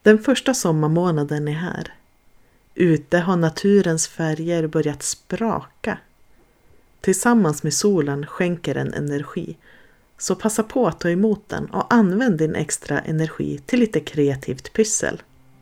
Den första sommarmånaden är här. Ute har naturens färger börjat spraka. Tillsammans med solen skänker den energi. Så passa på att ta emot den och använd din extra energi till lite kreativt pyssel.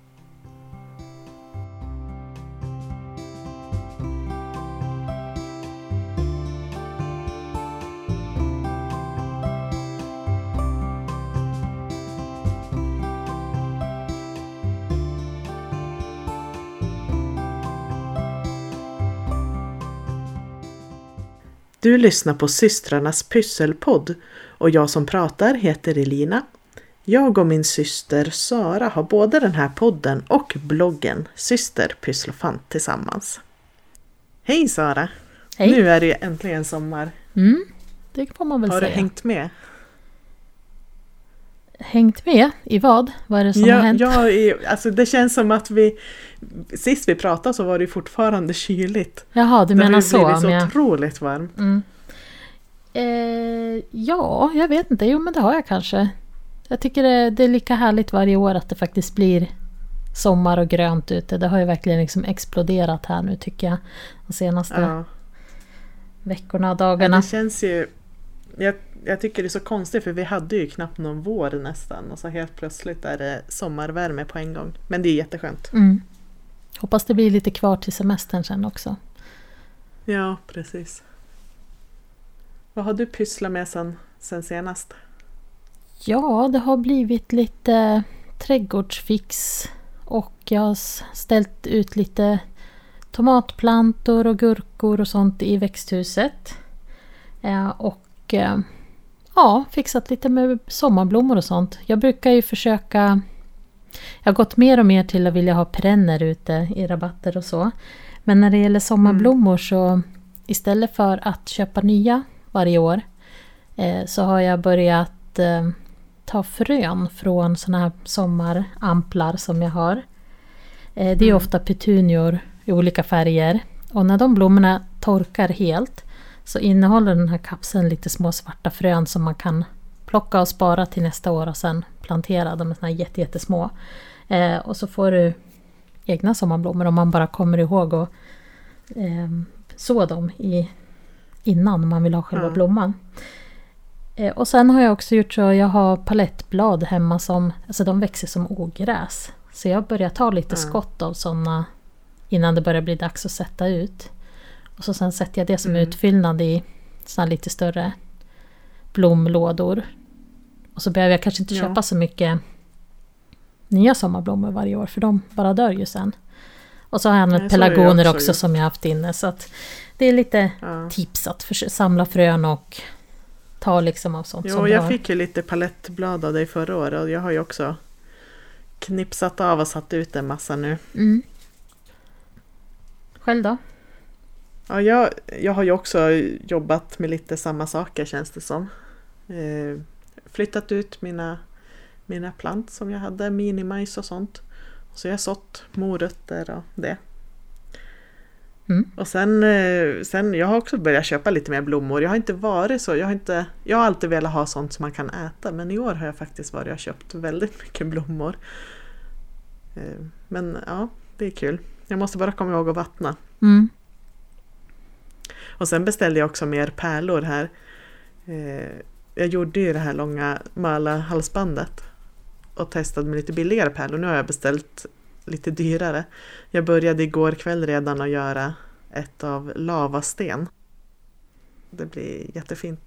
Du lyssnar på Systrarnas pysselpodd och jag som pratar heter Elina. Jag och min syster Sara har både den här podden och bloggen Syster Pysslofant tillsammans. Hej Sara! Hej. Nu är det ju äntligen sommar. Det får man väl säga. Har du hängt med? Hängt med? I vad? Vad är det som har hänt? Alltså det känns som att sist vi pratade så var det fortfarande kyligt. Jaha, du menar så. Det har blivit så otroligt varmt. Ja, jag vet inte. Jo, men det har jag kanske. Jag tycker det är lika härligt varje år att det faktiskt blir sommar och grönt ute. Det har ju verkligen liksom exploderat här nu tycker jag. De senaste veckorna och dagarna. Ja, det känns ju... Jag tycker det är så konstigt för vi hade ju knappt någon vår nästan. Och så helt plötsligt är det sommarvärme på en gång. Men det är jätteskönt. Hoppas det blir lite kvar till semestern sen också. Ja, precis. Vad har du pysslat med sen senast? Ja, det har blivit lite trädgårdsfix. Och jag har ställt ut lite tomatplantor och gurkor och sånt i växthuset. Och fixat lite med sommarblommor och sånt. Jag brukar ju försöka... Jag har gått mer och mer till att vilja ha perenner ute i rabatter och så. Men när det gäller sommarblommor så istället för att köpa nya varje år så har jag börjat ta frön från såna här sommaramplar som jag har. Det är ofta petunior i olika färger. Och när de blommorna torkar helt så innehåller den här kapseln lite små svarta frön som man kan plocka och spara till nästa år och sen plantera. De är såna här jättesmå. Och så får du egna sommarblommor om man bara kommer ihåg att så dem innan man vill ha själva blomman. Och sen har jag också gjort så, jag har palettblad hemma som, alltså de växer som ogräs. Så jag börjar ta lite skott av sådana innan det börjar bli dags att sätta ut. Och så sen sätter jag det som utfyllnad i sådana lite större blomlådor. Och så behöver jag kanske inte köpa så mycket nya sommarblommor varje år för de bara dör ju sen. Och så har jag använt pelargoner också som jag haft inne. Så att det är lite tips att samla frön och ta liksom av sånt som jag fick ju lite palettblad av dig förra året och jag har ju också knipsat av och satt ut en massa nu. Själv då? Ja, jag har ju också jobbat med lite samma saker känns det som. Flyttat ut mina plant som jag hade, minimajs och sånt. Så jag har sått morötter och det. Och sen jag har också börjat köpa lite mer blommor. Jag har inte varit så, jag har alltid velat ha sånt som man kan äta. Men i år har jag faktiskt varit och köpt väldigt mycket blommor. Men ja, det är kul. Jag måste bara komma ihåg att vattna. Och sen beställde jag också mer pärlor här. Jag gjorde ju det här långa Mala-halsbandet och testade med lite billigare pärlor. Nu har jag beställt lite dyrare. Jag började igår kväll redan att göra ett av lavasten. Det blir jättefint.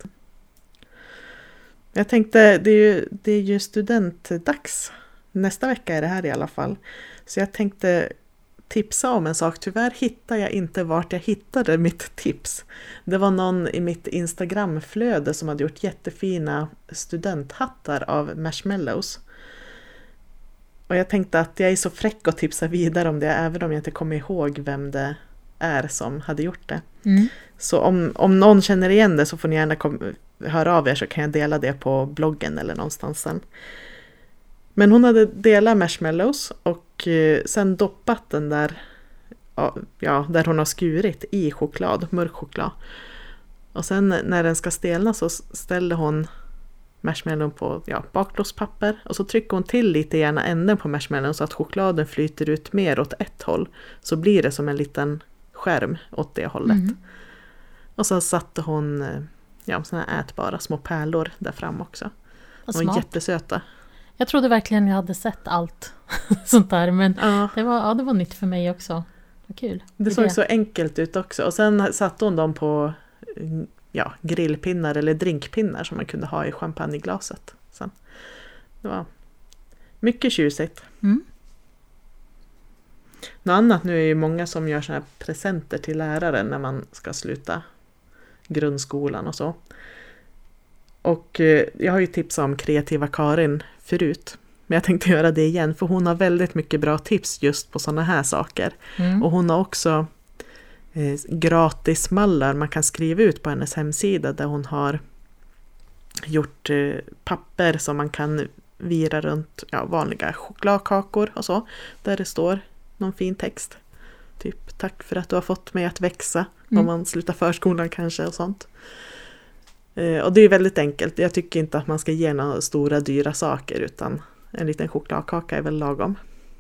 Jag tänkte, det är ju studentdags. Nästa vecka är det här i alla fall. Så jag tänkte tipsa om en sak. Tyvärr hittar jag inte vart jag hittade mitt tips. Det var någon i mitt Instagramflöde som hade gjort jättefina studenthattar av marshmallows. Och jag tänkte att jag är så fräck att tipsa vidare om det, även om jag inte kommer ihåg vem det är som hade gjort det. Så om någon känner igen det så får ni gärna höra av er, så kan jag dela det på bloggen eller någonstans sen. Men hon hade delat marshmallows och sen doppat den där hon har skurit i choklad, mörk choklad. Och sen när den ska stelna så ställde hon marshmallow på bakplåtspapper. Och så trycker hon till lite gärna änden på marshmallow så att chokladen flyter ut mer åt ett håll. Så blir det som en liten skärm åt det hållet. Och så satte hon såna här ätbara små pärlor där fram också. De var jättesöta. Jag trodde verkligen jag hade sett allt sånt där. Men det var nytt för mig också. Vad kul. Det såg så enkelt ut också. Och sen satte hon dem på grillpinnar eller drinkpinnar som man kunde ha i champagneglaset. Sen. Det var mycket tjusigt. Något annat nu är ju många som gör såna här presenter till läraren när man ska sluta grundskolan och så. Och jag har ju tipsat om kreativa Karin förut. Men jag tänkte göra det igen för hon har väldigt mycket bra tips just på såna här saker. Och hon har också gratismallar man kan skriva ut på hennes hemsida där hon har gjort papper som man kan vira runt vanliga chokladkakor och så. Där det står någon fin text. Typ tack för att du har fått mig att växa om man slutar förskolan kanske och sånt. Och det är väldigt enkelt. Jag tycker inte att man ska ge några stora dyra saker utan en liten chokladkaka är väl lagom.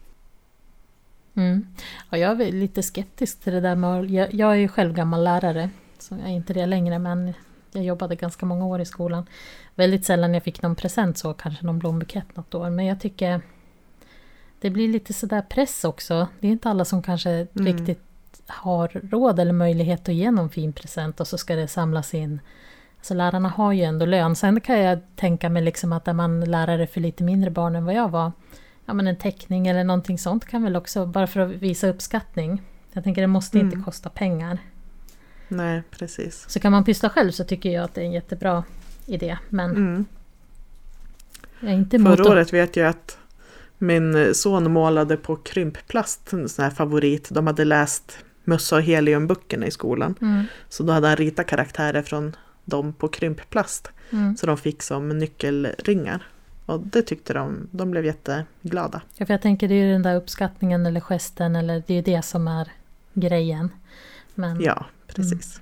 Ja, jag är lite skeptisk till det där med, jag är ju själv gammal lärare så jag är inte det längre men jag jobbade ganska många år i skolan. Väldigt sällan jag fick någon present så kanske någon blombukett något år men jag tycker det blir lite sådär press också. Det är inte alla som kanske riktigt har råd eller möjlighet att ge någon fin present och så ska det samlas in. Så lärarna har ju ändå lön. Sen kan jag tänka mig liksom att är man lärare för lite mindre barn än vad jag var. Ja men en teckning eller någonting sånt kan väl också, bara för att visa uppskattning. Jag tänker det måste inte kosta pengar. Nej, precis. Så kan man pyssla själv så tycker jag att det är en jättebra idé. Men jag är inte emot. Förra året vet jag att min son målade på krympplast, en sån här favorit. De hade läst Mössa och heliumböckerna i skolan. Så då hade han ritat karaktärer från dem på krympplast. Så de fick som nyckelringar. Och det tyckte de blev jätteglada. Ja, för jag tänker det är ju den där uppskattningen eller gesten, eller det är det som är grejen. Men, ja, precis.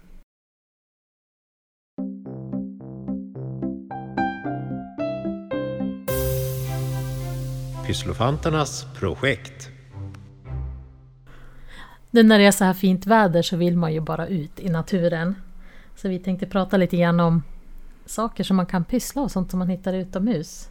Pysslofanternas projekt. När det är så här fint väder så vill man ju bara ut i naturen. Så vi tänkte prata lite grann om saker som man kan pyssla och sånt som man hittar utomhus.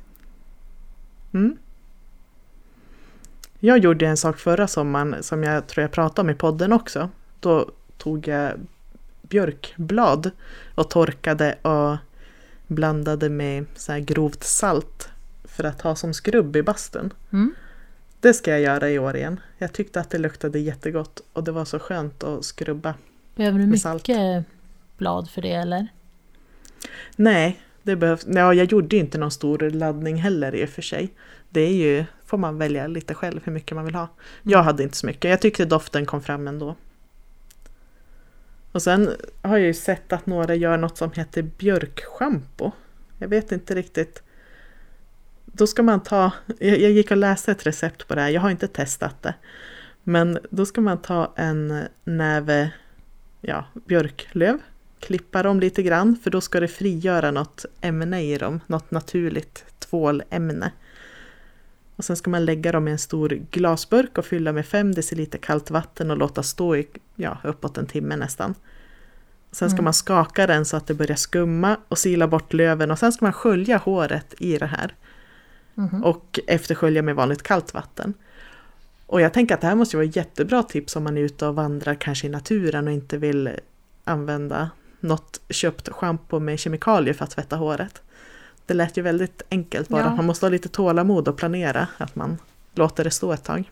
Jag gjorde en sak förra sommaren som jag tror jag pratade om i podden också. Då tog jag björkblad och torkade och blandade med så här grovt salt för att ha som skrubb i bastun. Det ska jag göra i år igen. Jag tyckte att det luktade jättegott och det var så skönt att skrubba. Behöver du mycket salt. Blad för det eller? Nej, det behövs. Ja, jag gjorde inte någon stor laddning heller i och för sig. Det är ju, får man välja lite själv hur mycket man vill ha. Jag hade inte så mycket. Jag tyckte doften kom fram ändå. Och sen har jag ju sett att några gör något som heter björkschampo. Jag vet inte riktigt. Då ska man ta, jag gick och läste ett recept på det här. Jag har inte testat det. Men då ska man ta en näve björklöv. Klippa dem lite grann för då ska det frigöra något ämne i dem. Något naturligt tvålämne. Och sen ska man lägga dem i en stor glasburk och fylla med 5 deciliter kallt vatten och låta stå i uppåt en timme nästan. Sen ska man skaka den så att det börjar skumma och sila bort löven och sen ska man skölja håret i det här. Och efterskölja med vanligt kallt vatten. Och jag tänker att det här måste vara ett jättebra tips om man är ute och vandrar kanske i naturen och inte vill använda något köpt shampoo med kemikalier för att tvätta håret. Det lät ju väldigt enkelt bara. Ja. Man måste ha lite tålamod och planera att man låter det stå ett tag.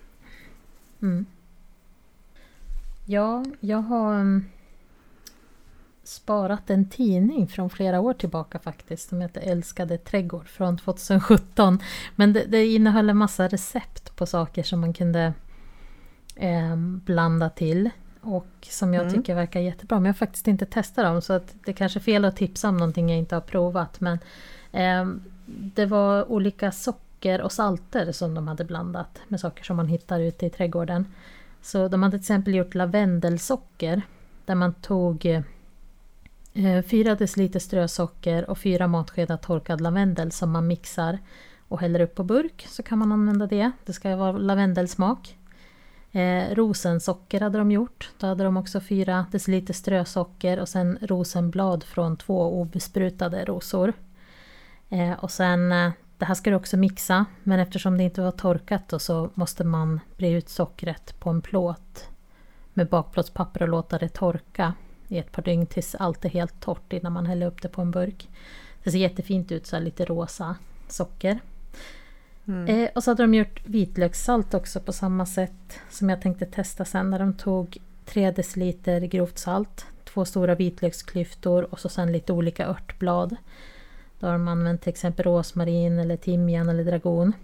Ja, jag har sparat en tidning från flera år tillbaka faktiskt som heter Älskade trädgård från 2017. Men det innehöll en massa recept på saker som man kunde blanda till och som jag tycker verkar jättebra. Men jag har faktiskt inte testat dem så att det kanske är fel att tipsa om någonting jag inte har provat. Men det var olika socker och salter som de hade blandat med saker som man hittar ute i trädgården. Så de hade till exempel gjort lavendelsocker där man tog 4 deciliter strösocker och 4 matskedar torkad lavendel som man mixar och häller upp på burk, så kan man använda det. Det ska vara lavendelsmak. Rosensocker hade de gjort. Då hade de också 4 deciliter strösocker och sen rosenblad från 2 obesprutade rosor. Och sen, det här ska du också mixa, men eftersom det inte var torkat då, så måste man bre ut sockret på en plåt med bakplåtspapper och låta det torka i ett par dygn tills allt är helt torrt innan man häller upp det på en burk. Det ser jättefint ut, så här lite rosa socker. Och så hade de gjort vitlökssalt också på samma sätt som jag tänkte testa sen, när de tog 3 deciliter grovt salt, 2 stora vitlöksklyftor och så sen lite olika örtblad. Då har de använt till exempel rosmarin eller timjan eller dragon.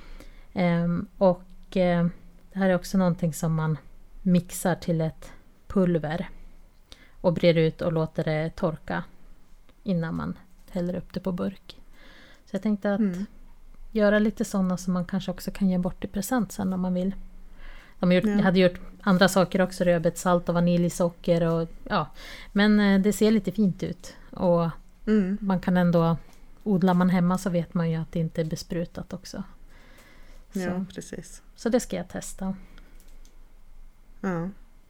Det här är också någonting som man mixar till ett pulver och brer ut och låter det torka innan man häller upp det på burk. Så jag tänkte att göra lite sådana som man kanske också kan ge bort i present sen om man vill. Jag hade gjort andra saker också, rödbetssalt och vaniljsocker och ja, men det ser lite fint ut och man kan ändå, odlar man hemma så vet man ju att det inte är besprutat också. Ja, precis. Så det ska jag testa. Ja.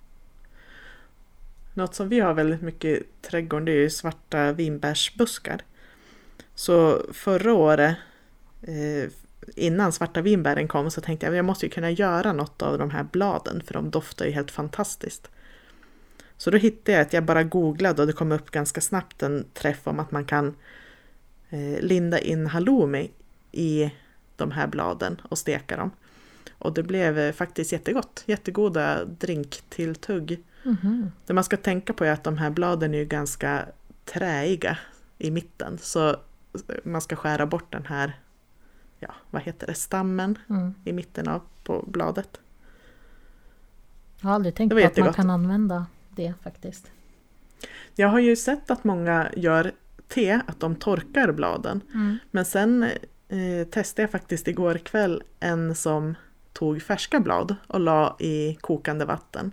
Något som vi har väldigt mycket i trädgården, det är ju svarta vinbärsbuskar. Så förra året, innan svarta vinbären kom, så tänkte jag måste ju kunna göra något av de här bladen, för de doftar ju helt fantastiskt. Så då hittade jag att jag bara googlade och det kom upp ganska snabbt en träff om att man kan linda in halloumi i de här bladen och steka dem. Och det blev faktiskt jättegott. Jättegoda drinktilltugg. Det man ska tänka på är att de här bladen är ju ganska träiga i mitten. Så man ska skära bort den här, stammen i mitten av på bladet. Jag har aldrig tänkt på att man kan använda det faktiskt. Jag har ju sett att många gör te, att de torkar bladen. Men sen testade jag faktiskt igår kväll en som tog färska blad och la i kokande vatten.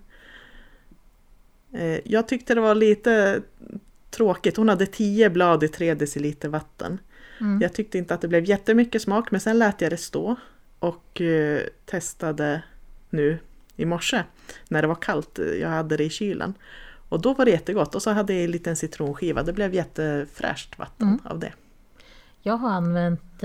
Jag tyckte det var lite tråkigt. Hon hade 10 blad i 3 deciliter vatten. Jag tyckte inte att det blev jättemycket smak, men sen lät jag det stå och testade nu i morse när det var kallt. Jag hade det i kylen. Och då var det jättegott. Och så hade jag en liten citronskiva. Det blev jättefräscht vatten av det. Jag har använt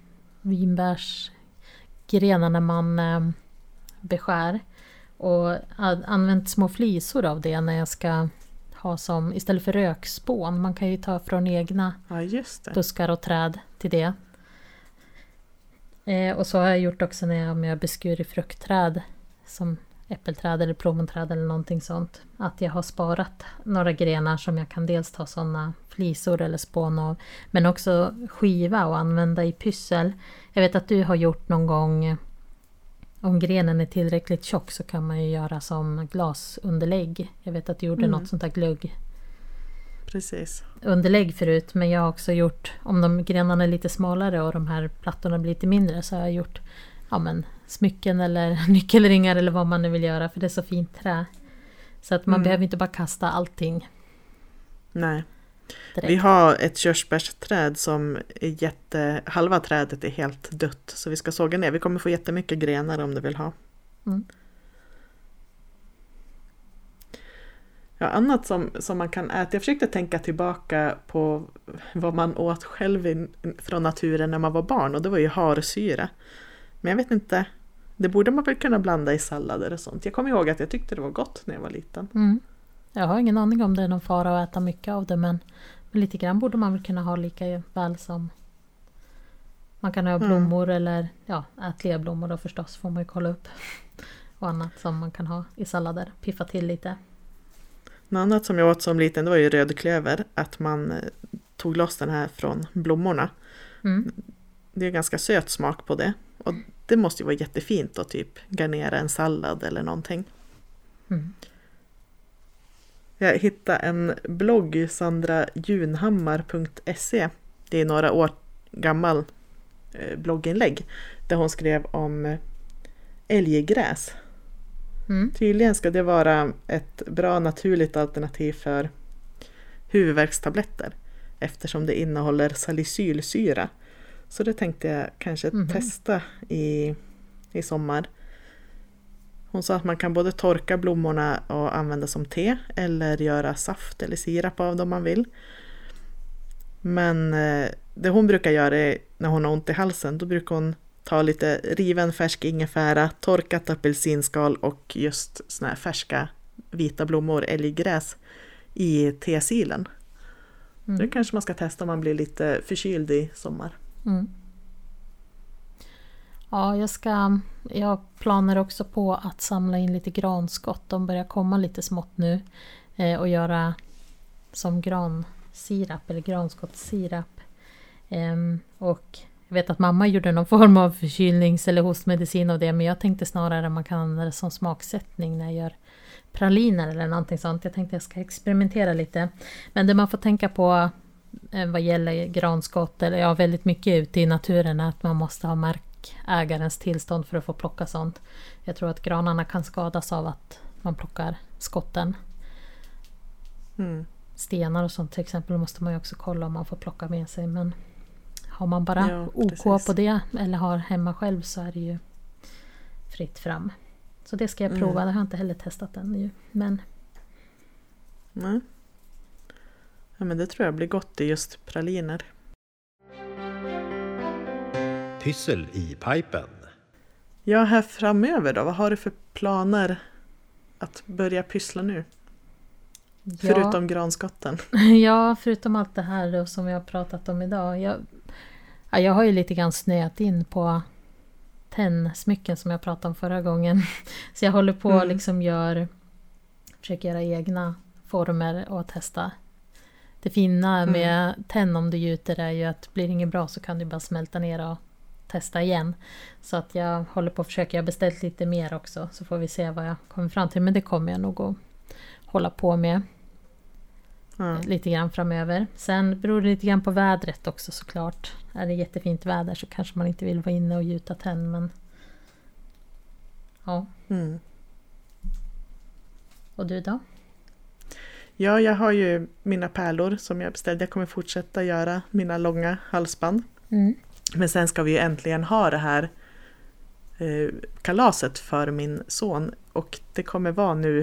vinbärsgrenar när man beskär. Och använt små flisor av det när jag ska ha som, istället för rökspån. Man kan ju ta från egna buskar och träd till det. Och så har jag gjort också när jag beskurit fruktträd som äppelträd eller plommonträd eller någonting sånt. Att jag har sparat några grenar som jag kan dels ta sådana flisor eller spån av. Men också skiva och använda i pyssel. Jag vet att du har gjort någon gång, om grenen är tillräckligt tjock så kan man ju göra som glasunderlägg. Jag vet att du gjorde något sånt där glugg. Precis. Underlägg förut, men jag har också gjort, om de grenarna är lite smalare och de här plattorna blir lite mindre, så har jag gjort smycken eller nyckelringar eller vad man nu vill göra, för det är så fint trä. Så att man behöver inte bara kasta allting. Nej. Direkt. Vi har ett körsbärsträd som är halva trädet är helt dött, så vi ska såga ner. Vi kommer få jättemycket grenar om du vill ha. Ja, annat som man kan äta. Jag försökte tänka tillbaka på vad man åt själv från naturen när man var barn, och det var ju harsyra. Men jag vet inte, det borde man väl kunna blanda i sallader och sånt. Jag kommer ihåg att jag tyckte det var gott när jag var liten. Jag har ingen aning om det är någon fara att äta mycket av det, men lite grann borde man väl kunna ha lika väl som man kan ha blommor eller ätliga blommor då förstås, får man ju kolla upp. Och annat som man kan ha i sallader, piffa till lite. Något annat som jag åt som liten, det var ju rödklöver, att man tog loss den här från blommorna. Det är ganska söt smak på det. Och det måste ju vara jättefint att typ garnera en sallad eller någonting. Jag hittade en blogg, sandrajunhammar.se. Det är några år gammal blogginlägg där hon skrev om älggräs. Tydligen ska det vara ett bra naturligt alternativ för huvudvärkstabletter eftersom det innehåller salicylsyra. Så det tänkte jag kanske testa i sommar. Hon sa att man kan både torka blommorna och använda som te eller göra saft eller sirap av dem om man vill. Men det hon brukar göra är, när hon har ont i halsen, då brukar hon ta lite riven färsk ingefära, torkat apelsinskal och just såna här färska vita blommor, älggräs i tesilen. Det kanske man ska testa om man blir lite förkyld i sommar. Ja, jag planerar också på att samla in lite granskott. De börjar komma lite smått nu. Och göra som gransirap eller granskottssirap. Och jag vet att mamma gjorde någon form av förkylnings- eller hostmedicin av det. Men jag tänkte snarare att man kan använda det som smaksättning när jag gör praliner eller någonting sånt. Jag tänkte att jag ska experimentera lite. Men det man får tänka på vad gäller granskott, eller väldigt mycket ute i naturen, är att man måste ha markägarens tillstånd för att få plocka sånt. Jag tror att granarna kan skadas av att man plockar skotten. Stenar och sånt till exempel måste man ju också kolla om man får plocka med sig. Men har man bara OK på det eller har hemma själv så är det ju fritt fram. Så det ska jag prova. Det har jag inte heller testat än ju. Men... Nej. Ja, men det tror jag blir gott i just praliner. Pyssel i pipen. Ja, här framöver då? Vad har du för planer att börja pyssla nu? Förutom granskotten. Ja, förutom allt det här då, som vi har pratat om idag. Jag har ju lite grann snöat in på tennsmycken som jag pratade om förra gången. Så jag håller på liksom försöker göra egna former och testa. Det fina med tenn om du gjuter är ju att blir det inget bra så kan du bara smälta ner och testa igen. Så att jag håller på att försöka. Jag har beställt lite mer också så får vi se vad jag kommer fram till. Men det kommer jag nog att hålla på med lite grann framöver. Sen beror det lite grann på vädret också såklart. Är det jättefint väder så kanske man inte vill vara inne och gjuta tenn. Men ja. Och du då? Ja, jag har ju mina pärlor som jag beställde. Jag kommer fortsätta göra mina långa halsband. Men sen ska vi ju äntligen ha det här kalaset för min son. Och det kommer vara nu,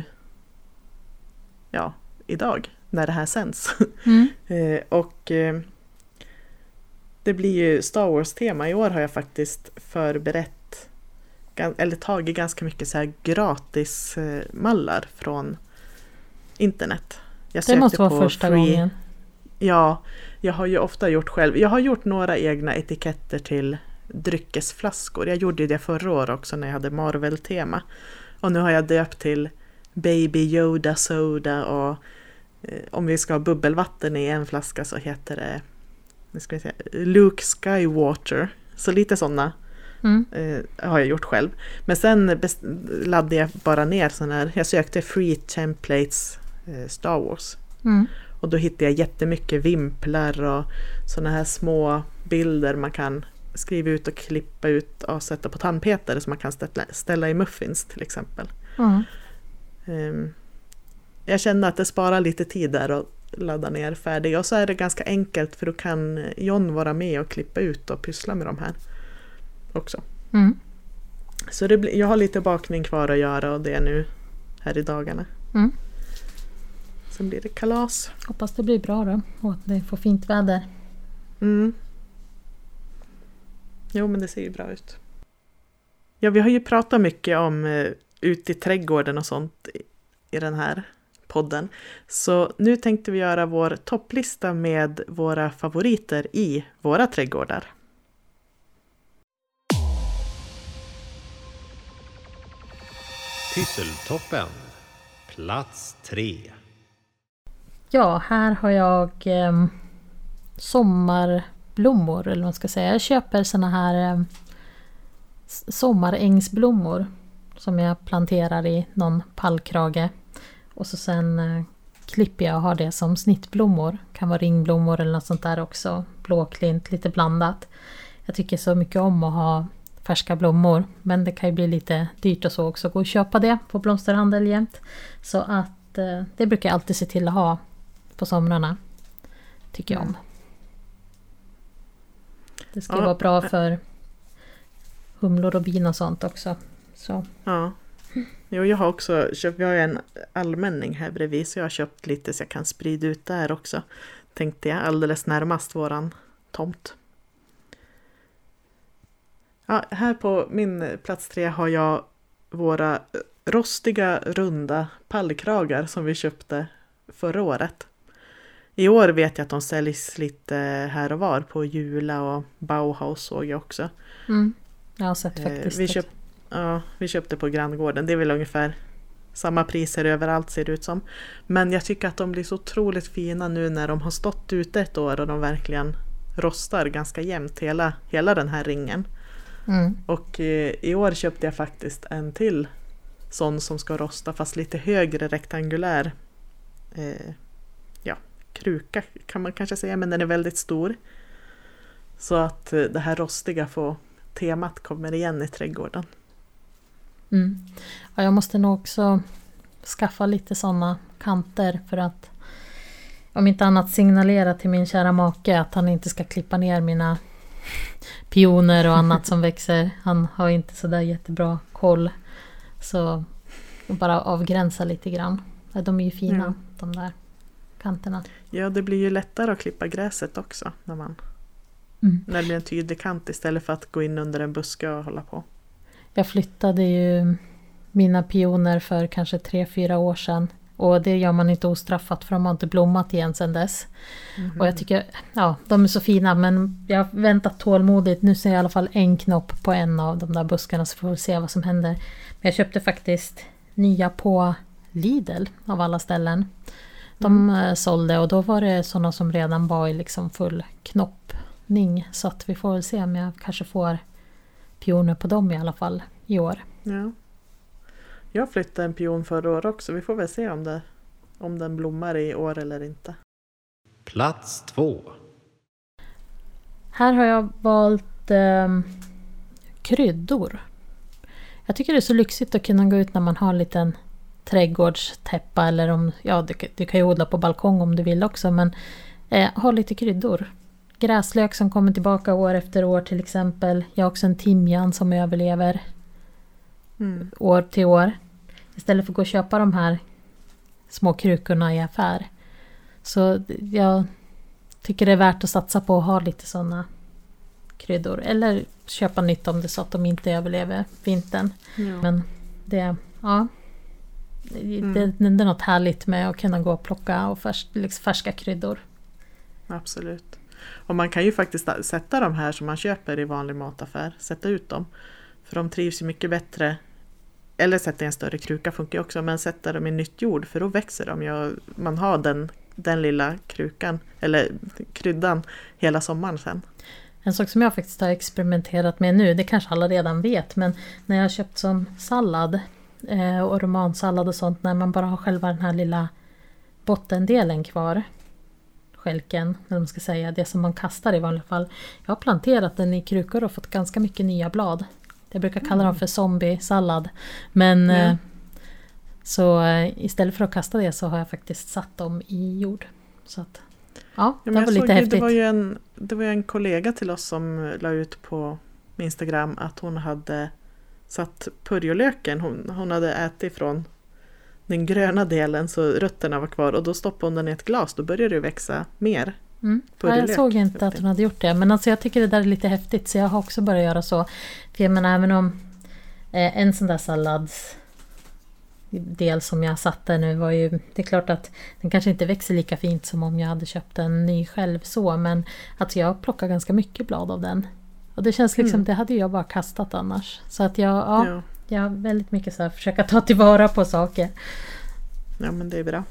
idag när det här sänds. Och det blir ju Star Wars-tema. I år har jag faktiskt förberett eller tagit ganska mycket så här gratis mallar från internet. Det måste vara första gången. Ja, jag har ju ofta gjort själv. Jag har gjort några egna etiketter till dryckesflaskor. Jag gjorde det förra året också när jag hade Marvel-tema. Och nu har jag döpt till Baby Yoda Soda och om vi ska ha bubbelvatten i en flaska så heter det, nu ska vi se, Luke Skywater. Så lite sådana har jag gjort själv. Men sen laddade jag bara ner sådana här, jag sökte Free Templates Star Wars. Och då hittade jag jättemycket vimplar och sådana här små bilder man kan skriva ut och klippa ut och sätta på tandpetare som man kan ställa i muffins till exempel. Jag känner att det sparar lite tid där och ladda ner färdiga. Och så är det ganska enkelt för då kan John vara med och klippa ut och pyssla med de här också. Så jag har lite bakning kvar att göra och det är nu här i dagarna. Sen blir det kalas. Hoppas det blir bra då och att det får fint väder. Jo, men det ser ju bra ut. Ja, vi har ju pratat mycket om ut i trädgården och sånt i den här podden. Så nu tänkte vi göra vår topplista med våra favoriter i våra trädgårdar. Pysseltoppen. Plats 3. Ja, här har jag sommarblommor eller vad man ska säga. Jag köper såna här sommarängsblommor som jag planterar i någon pallkrage. Och så sen klipper jag och har det som snittblommor. Kan vara ringblommor eller något sånt där också. Blåklint, lite blandat. Jag tycker så mycket om att ha färska blommor. Men det kan ju bli lite dyrt och så också. Gå och köpa det på blomsterhandel jämt. Så att det brukar jag alltid se till att ha på somrarna. Tycker jag om. Det ska vara bra för humlor och bin och sånt också. Så. Ja. Jo, jag har också köpt, vi har ju en allmänning här bredvid så jag har köpt lite så jag kan sprida ut där också. Tänkte jag, alldeles närmast våran tomt. Ja, här på min plats 3 har jag våra rostiga runda pallkragar som vi köpte förra året. I år vet jag att de säljs lite här och var på Jula och Bauhaus såg jag också. Jag har sett faktiskt. Vi köpte på granngården. Det är väl ungefär samma priser överallt ser det ut som. Men jag tycker att de blir så otroligt fina nu när de har stått ute ett år och de verkligen rostar ganska jämnt hela den här ringen. Och i år köpte jag faktiskt en till sån som ska rosta fast lite högre rektangulär kruka kan man kanske säga, men den är väldigt stor. Så att det här rostiga temat kommer igen i trädgården. Ja, jag måste nog också skaffa lite sådana kanter för att om inte annat signalera till min kära make att han inte ska klippa ner mina pioner och annat som växer. Han har inte så där jättebra koll. Så bara avgränsa lite grann. De är ju fina, de där kanterna. Ja, det blir ju lättare att klippa gräset också när det blir en tydlig kant istället för att gå in under en buske och hålla på. Jag flyttade ju mina pioner för kanske 3-4 år sedan. Och det gör man inte ostraffat för de har inte blommat igen sedan dess. Och jag tycker, de är så fina men jag har väntat tålmodigt. Nu ser jag i alla fall en knopp på en av de där buskarna så får vi se vad som händer. Men jag köpte faktiskt nya på Lidl av alla ställen. De sålde och då var det sådana som redan var i liksom full knoppning. Så att vi får väl se om jag kanske får pioner på dem i alla fall i år. Ja. Jag flyttade en pion förra år också. Vi får väl se om den blommar i år eller inte. Plats 2. Här har jag valt kryddor. Jag tycker det är så lyxigt att kunna gå ut när man har en liten trädgårdstäppa eller du kan ju odla på balkong om du vill också, men ha lite kryddor. Gräslök som kommer tillbaka år efter år till exempel. Jag har också en timjan som överlever år till år. Istället för att gå och köpa de här små krukorna i affär. Så jag tycker det är värt att satsa på att ha lite sådana kryddor. Eller köpa nytt om det så att de inte överlever vintern. Ja. Men det är något härligt med att kunna gå och plocka och färska kryddor. Absolut. Och man kan ju faktiskt sätta de här som man köper i vanlig mataffär. Sätta ut dem. För de trivs ju mycket bättre. Eller sätta i en större kruka funkar också. Men sätta dem i nytt jord för då växer de. Man har den lilla krukan eller kryddan hela sommaren sen. En sak som jag faktiskt har experimenterat med nu, det kanske alla redan vet, men när jag har köpt som sallad och romansallad och sånt, när man bara har själva den här lilla bottendelen kvar, skälken, eller man ska säga, det som man kastar i vanliga fall. Jag har planterat den i krukor och fått ganska mycket nya blad. Jag brukar kalla dem för zombie-sallad. Men så istället för att kasta det så har jag faktiskt satt dem i jord. Så att, det var lite häftigt. Det var ju en kollega till oss som la ut på Instagram att hon hade satt purjolöken. Hon hade ätit från den gröna delen så rötterna var kvar och då stoppade hon den i ett glas. Då började det växa mer. Jag såg inte att hon hade gjort det. Men alltså jag tycker det där är lite häftigt så jag har också börjat göra så. För jag menar även om en sån där salladsdel som jag satte nu var ju, det är klart att den kanske inte växer lika fint som om jag hade köpt en ny själv så. Men alltså jag plockar ganska mycket blad av den. Och det känns liksom, det hade jag bara kastat annars. Så att jag har väldigt mycket så här försöka ta tillvara på saker. Ja men det är bra.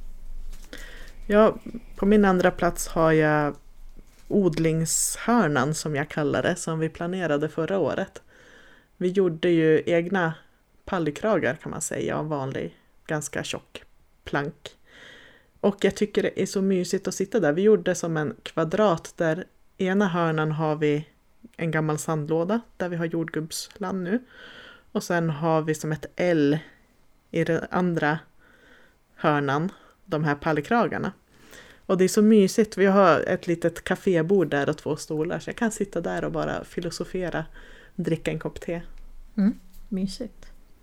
Ja, på min andra plats har jag odlingshörnan som jag kallar det, som vi planerade förra året. Vi gjorde ju egna pallkragar kan man säga av vanlig, ganska tjock plank. Och jag tycker det är så mysigt att sitta där. Vi gjorde som en kvadrat där ena hörnan har vi en gammal sandlåda där vi har jordgubbsland nu. Och sen har vi som ett L i den andra hörnan, de här pallkragarna. Och det är så mysigt. Vi har ett litet kafébord där och 2 stolar. Så jag kan sitta där och bara filosofera. Dricka en kopp te. Mysigt.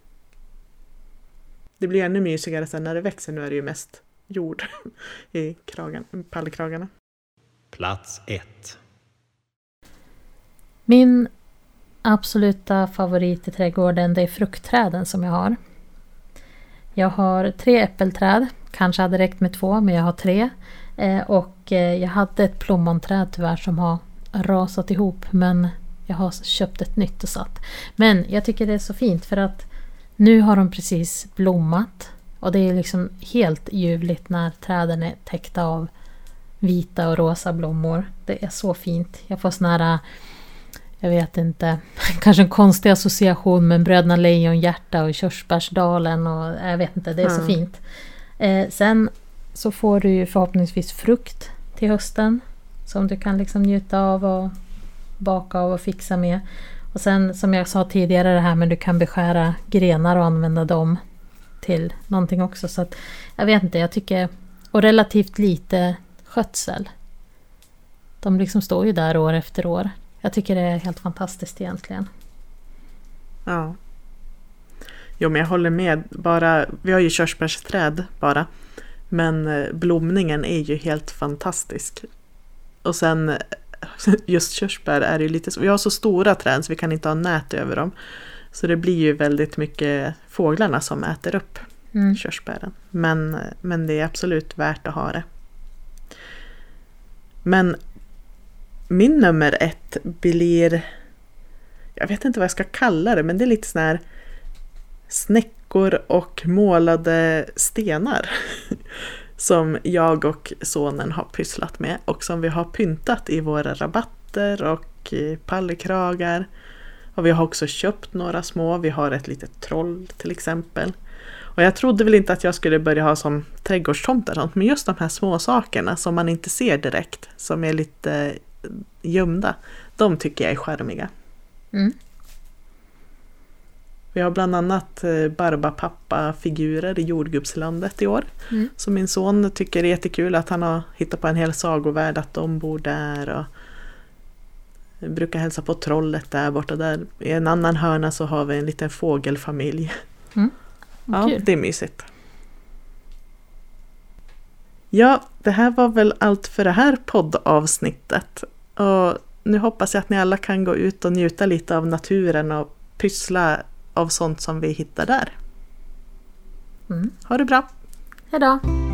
Det blir ännu mysigare sen när det växer. Nu är det ju mest jord i pallkragarna. Plats 1. Min absoluta favorit i trädgården, det är fruktträden som jag har. Jag har 3 äppelträd. Kanske hade räckt med 2, men jag har 3. Och jag hade ett plommonträd tyvärr som har rasat ihop. Men jag har köpt ett nytt och satt. Men jag tycker det är så fint för att nu har de precis blommat. Och det är liksom helt ljuvligt när träden är täckta av vita och rosa blommor. Det är så fint. Jag får sån här, jag vet inte, kanske en konstig association med Bröderna Lejonhjärta och Körsbärsdalen. Och jag vet inte, det är så fint. Sen så får du ju förhoppningsvis frukt till hösten. Som du kan liksom njuta av och baka av och fixa med. Och sen som jag sa tidigare det här, men du kan beskära grenar och använda dem till någonting också. Så att jag vet inte, jag tycker, och relativt lite skötsel. De liksom står ju där år efter år. Jag tycker det är helt fantastiskt egentligen. Ja. Jo, men jag håller med. Vi har ju körsbärsträd bara. Men blomningen är ju helt fantastisk. Och sen just körsbär är ju lite så. Vi har så stora träd så vi kan inte ha nät över dem. Så det blir ju väldigt mycket fåglarna som äter upp körsbären. Men det är absolut värt att ha det. Men min nummer 1 blir, jag vet inte vad jag ska kalla det, men det är lite sån här snäckor och målade stenar som jag och sonen har pysslat med och som vi har pyntat i våra rabatter och pallkragar. Och vi har också köpt några små. Vi har ett litet troll till exempel. Och jag trodde väl inte att jag skulle börja ha som trädgårdstomtar och sånt, men just de här små sakerna som man inte ser direkt, som är lite gömda, de tycker jag är charmiga. Vi har bland annat Barbapapa-figurer i jordgubbslandet i år. Så min son tycker det är jättekul att han har hittat på en hel sagovärld, att de bor där. Och jag brukar hälsa på trollet där borta. Där. I en annan hörna så har vi en liten fågelfamilj. Ja, det är mysigt. Ja, det här var väl allt för det här poddavsnittet. Och nu hoppas jag att ni alla kan gå ut och njuta lite av naturen och pyssla av sånt som vi hittar där. Ha det bra! Hej då!